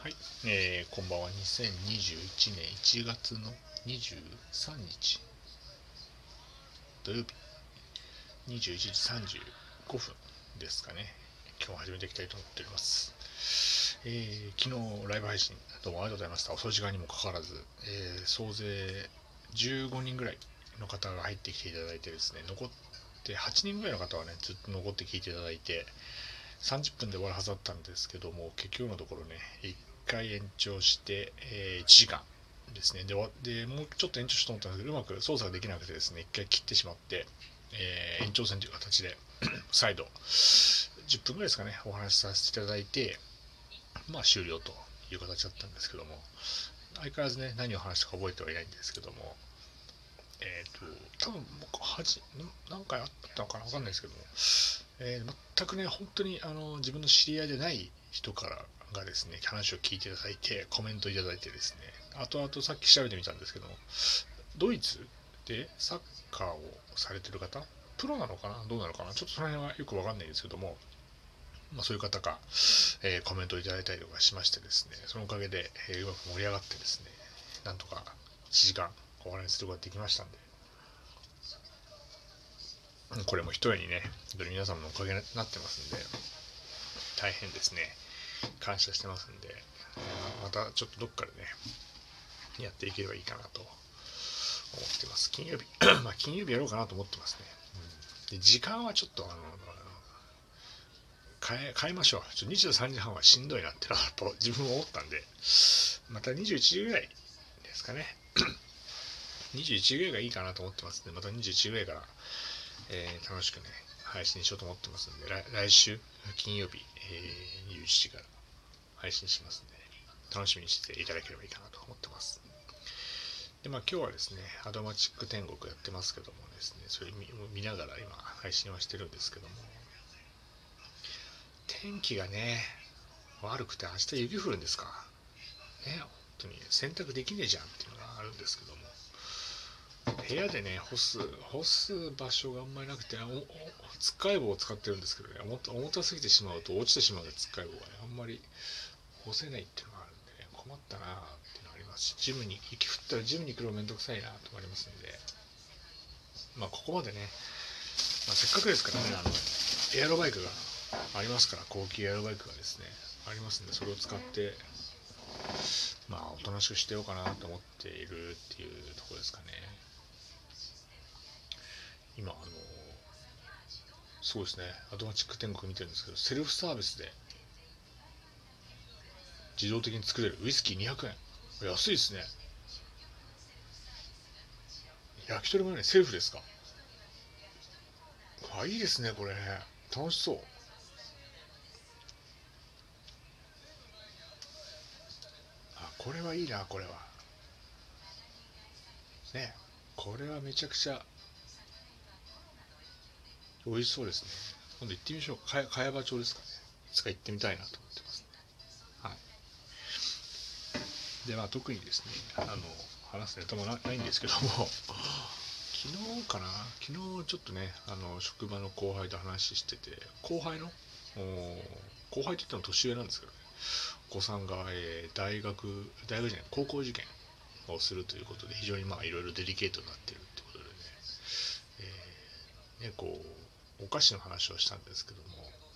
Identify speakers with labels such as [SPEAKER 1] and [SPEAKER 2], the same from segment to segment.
[SPEAKER 1] はい、こんばんは。2021年1月の23日土曜日21時35分ですかね。今日も始めていきたいと思っております。昨日ライブ配信どうもありがとうございました。遅い時間にもかかわらず、総勢15人ぐらいの方が入ってきていただいてですね、残って8人ぐらいの方はね、ずっと残って聞いていただいて、30分で終わるはずだったんですけども、結局のところね、1回延長して、1時間ですね。でもうちょっと延長しようと思ったんですけど、うまく操作ができなくてですね、1回切ってしまって、延長戦という形で再度10分ぐらいですかね、お話しさせていただいて、終了という形だったんですけども、相変わらずね、何を話したか覚えてはいないんですけども、多分僕何回あったのかな分かんないですけども、全くね、本当に自分の知り合いでない人からがですね、話を聞いていただいて、コメントいただいてですね、後々さっき調べてみたんですけども、ドイツでサッカーをされてる方、プロなのかな、どうなのかな、ちょっとその辺はよく分かんないんですけども、そういう方が、コメントをいただいたりとかしましてですね、そのおかげで、うまく盛り上がってですね、なんとか1時間お話しすることができましたんで、これも一重にね、本当に皆様のおかげになってますんで、大変ですね、感謝してますんで、またちょっとどっかでね、やっていければいいかなと思ってます。金曜日、金曜日やろうかなと思ってますね。で時間はちょっと変えましょう。23時半はしんどいなってのは自分も思ったんで、また21時ぐらいですかね。21時ぐらいがいいかなと思ってますんで、また21時ぐらいから、楽しくね、配信しようと思ってますんで、来週金曜日、21時から配信しますんで、ね、楽しみにしていただければいいかなと思ってます。で、今日はですね、アドマチック天国やってますけどもですね、それ見ながら今配信はしてるんですけども、天気がね、悪くて明日雪降るんですか。ね、本当に洗濯できねえじゃんっていうのがあるんですけども、部屋でね、干す場所があんまりなくて、つっかい棒を使ってるんですけどね、重たすぎてしまうと落ちてしまうので、つっかい棒がね、あんまり干せないっていうのがあるんでね、困ったなーっていうのがありますし、雪降ったらジムに来るのめんどくさいなとかありますんで、ここまでね、せっかくですからね、エアロバイクがありますから、高級エアロバイクがですね、ありますんで、それを使って、おとなしくしてようかなと思っているっていうところですかね。今、そうですね、アドマチック天国見てるんですけど、セルフサービスで自動的に作れるウイスキー200円。安いですね。焼き鳥もね、セルフですか。いいですね、これね。楽しそう。これはいいな、これは。ね。これはめちゃくちゃ美味しそうですね。今度行ってみましょう。茅場町ですかね。いつか行ってみたいなと思ってますね。はい。で、特にですね、話すネタもないんですけども、昨日かな、昨日ちょっとね、職場の後輩と話してて、後輩といっても年上なんですけどね、お子さんが、大学じゃない、高校受験をするということで、非常にいろいろデリケートになっているということでね、お菓子の話をしたんですけども、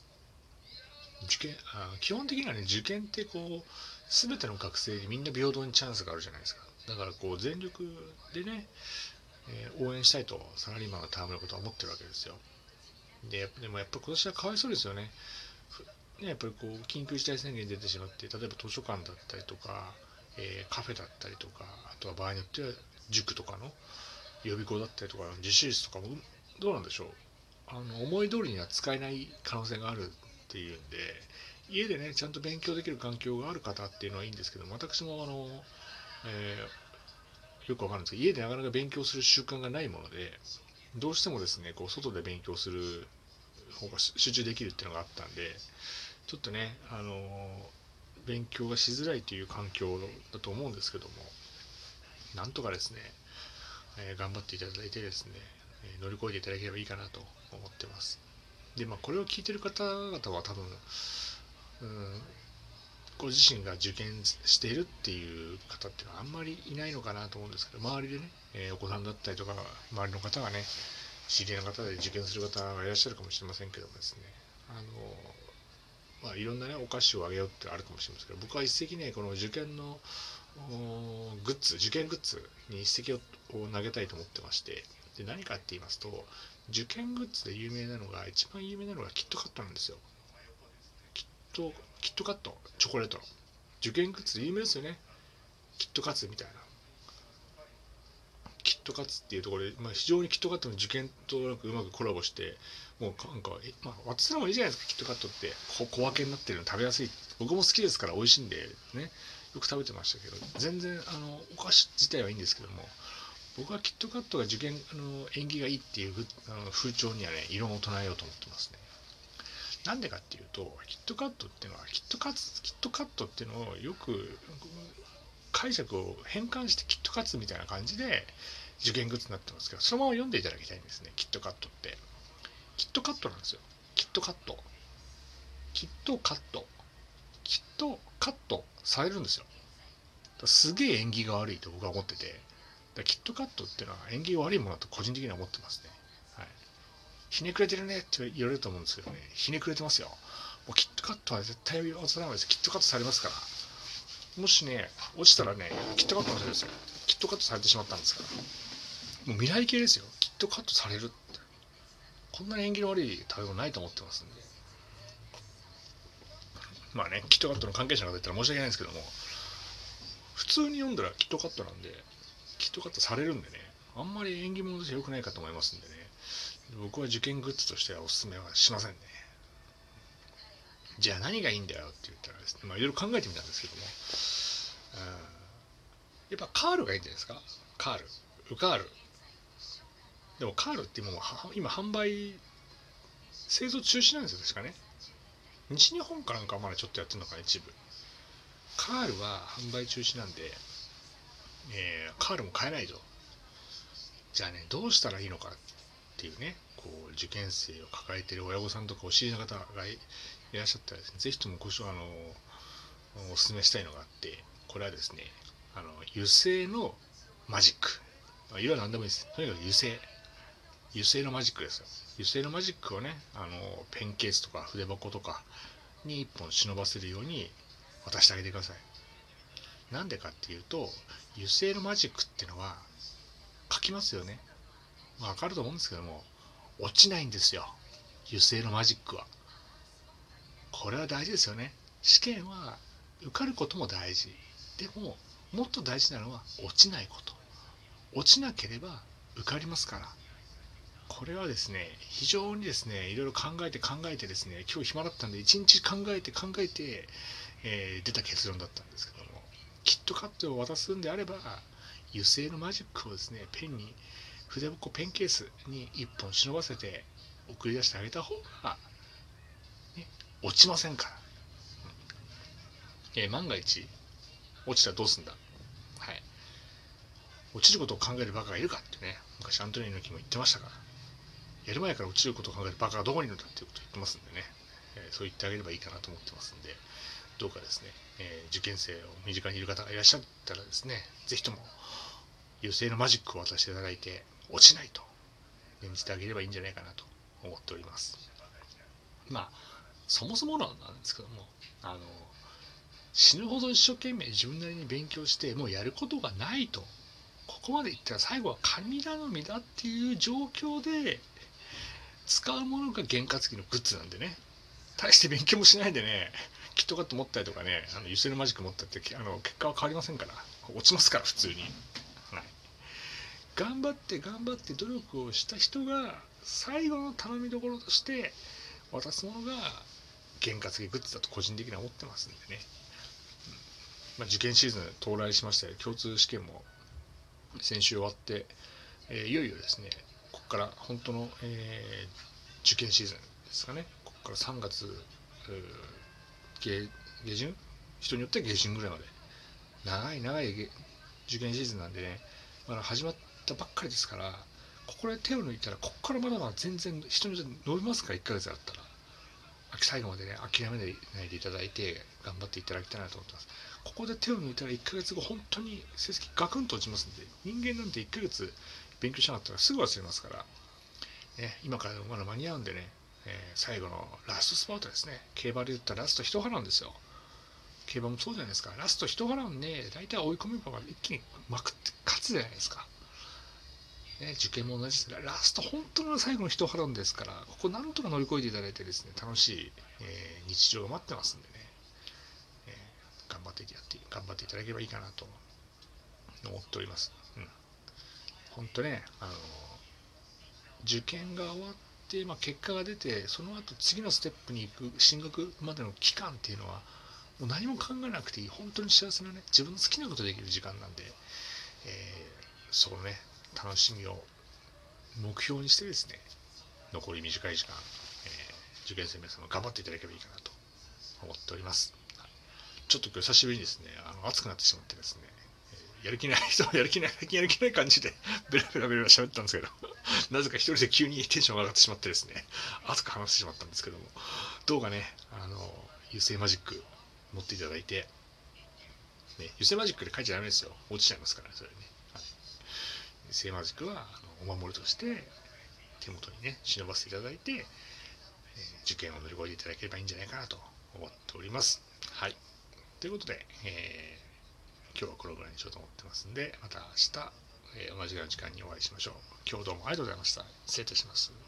[SPEAKER 1] 基本的にはね、受験って全ての学生にみんな平等にチャンスがあるじゃないですか。だから全力でね、応援したいとサラリーマンが頼むことは思ってるわけですよ。でもやっぱり今年はかわいそうですよね。やっぱり緊急事態宣言出てしまって、例えば図書館だったりとか、カフェだったりとか、あとは場合によっては塾とかの予備校だったりとか自習室とかもどうなんでしょう、思い通りには使えない可能性があるっていうんで、家でねちゃんと勉強できる環境がある方っていうのはいいんですけど、私もよくわかるんですけど、家でなかなか勉強する習慣がないもので、どうしてもですね外で勉強する方が集中できるっていうのがあったんで、ちょっとね勉強がしづらいという環境だと思うんですけども、なんとかですね、頑張っていただいてですね、乗り越えていただければいいかなと思ってます。で、これを聞いてる方々は多分、 ご自身が受験しているっていう方っていうのはあんまりいないのかなと思うんですけど、周りでね、お子さんだったりとか周りの方がね、知り合いの方で受験する方がいらっしゃるかもしれませんけどもですね、いろんなねお菓子をあげようってあるかもしれませんけど、僕は一石ねこの受験の受験グッズに一石を投げたいと思ってまして、で何かって言いますと、受験グッズで一番有名なのがキットカットなんですよ。キットカットチョコレートの受験グッズで有名ですよね。キットカツみたいな、キットカツっていうところで、非常にキットカットの受験とうまくコラボして、もうなんか私らもいいじゃないですか。キットカットって小分けになってるの食べやすい、僕も好きですから美味しいんでね、よく食べてましたけど、全然お菓子自体はいいんですけども、僕はキットカットが受験縁起がいいっていう風潮にはね異論を唱えようと思ってますね。なんでかっていうと、キットカットっていうのはキットカットっていうのをよく解釈を変換してキットカツみたいな感じで受験グッズになってますけど、そのまま読んでいただきたいんですね。キットカットってキットカットなんですよ。キットカットキットカットキットカットされるんですよ。すげえ縁起が悪いと僕は思ってて、キットカットっていうのは縁起が悪いものだと個人的には思ってますね。はい、ひねくれてるねって言われると思うんですけどね、ひねくれてますよ。もうキットカットは絶対忘れないです。キットカットされますから。もしね落ちたらね、キットカットのせいですよ。キットカットされてしまったんですから。もう未来系ですよ。キットカットされるって、こんなに縁起の悪い食べ物ないと思ってますんで、キットカットの関係者の方言ったら申し訳ないんですけども、普通に読んだらキットカットなんで、キットカットされるんでね、あんまり縁起物として良くないかと思いますんでね、僕は受験グッズとしてはおすすめはしませんね。じゃあ何がいいんだよって言ったらですね、いろいろ考えてみたんですけども、やっぱカールがいいんじゃないですか。カール、ウカール。でもカールって今販売製造中止なんですよ確かね。西日本かなんかまだちょっとやってるのかな、一部。カールは販売中止なんで、カールも買えないと。じゃあね、どうしたらいいのかっていうね、こう受験生を抱えている親御さんとかお知りの方がいらっしゃったらですね、ぜひともお勧めしたいのがあって、これはですね、油性のマジック。色は何でもいいです。とにかく油性のマジックですよ。油性のマジックをね、ペンケースとか筆箱とかに1本忍ばせるように渡してあげてください。なんでかっていうと、油性のマジックっていうのは書きますよね。わかると思うんですけども、落ちないんですよ。油性のマジックは。これは大事ですよね。試験は受かることも大事。でも、もっと大事なのは落ちないこと。落ちなければ受かりますから。これはですね、非常にですね、いろいろ考えてですね、今日暇だったんで、一日考えて、出た結論だったんですけども、キットカットを渡すんであれば、油性のマジックをですね、筆箱ペンケースに1本忍ばせて送り出してあげた方が、ね、落ちませんから。万が一、落ちたらどうすんだ。はい。落ちることを考えるバカがいるかってね、昔アントニオ猪木も言ってましたから。やる前から落ちることを考えるバカがどこにいるんだっていうことを言ってますんでね、そう言ってあげればいいかなと思ってますんで、どうかですね、受験生を身近にいる方がいらっしゃったらですね、ぜひとも油性のマジックを渡していただいて、落ちないと念じてあげればいいんじゃないかなと思っております。そもそもなんですけども、死ぬほど一生懸命自分なりに勉強してもうやることがないと、ここまでいったら最後は神頼みだっていう状況で使うものが験担ぎのグッズなんでね、大して勉強もしないでね、キットカット持ったりとかね、油性のマジック持ったって結果は変わりませんから、落ちますから普通に。はい、頑張って努力をした人が最後の頼みどころとして渡すものが験担ぎグッズだと個人的には思ってますんでね。受験シーズン到来しましたよ。共通試験も先週終わって、いよいよですね、ここから本当の、受験シーズンですかね。ここから3月下旬、人によっては下旬ぐらいまで長い受験シーズンなんでね、まだ始まったばっかりですから、ここで手を抜いたらここからまだまだ全然人によって伸びますから、1ヶ月あったら最後までね、諦めないでいただいて、頑張っていただきたいなと思ってます。ここで手を抜いたら1ヶ月後、本当に成績ガクンと落ちますんで、人間なんて1ヶ月勉強しなかったらすぐ忘れますから、ね、今からでもまだ間に合うんでね、最後のラストスパートですね。競馬で言ったらラスト一波なんですよ。競馬もそうじゃないですか。ラスト一波なんで、大体追い込めば一気にまくって勝つじゃないですか。ね、受験も同じです。ラスト本当の最後の一波乱ですから、ここなんとか乗り越えていただいてですね、楽しい、日常が待ってますんでね、頑張っていただければいいかなと思っております。本当ね、受験が終わって、結果が出て、その後次のステップに行く進学までの期間っていうのは、もう何も考えなくていい、本当に幸せなね、自分の好きなことできる時間なんで、そのね、楽しみを目標にしてですね、残り短い時間、受験生皆様頑張っていただければいいかなと思っております。ちょっと今日久しぶりにですね、暑くなってしまってですね、やる気ない人、やる気ない感じでベラベラ喋ったんですけど、なぜか一人で急にテンションが上がってしまってですね、熱く話してしまったんですけども、どうかね、油性マジック持っていただいて、ね、油性マジックで書いちゃダメですよ。落ちちゃいますから、それね。はい、油性マジックはお守りとして手元にね、忍ばせていただいて、受験を乗り越えていただければいいんじゃないかなと思っております。はい。ということで、今日はこのぐらいにしようと思ってますんで、また明日、同じような時間にお会いしましょう。今日どうもありがとうございました。失礼いたします。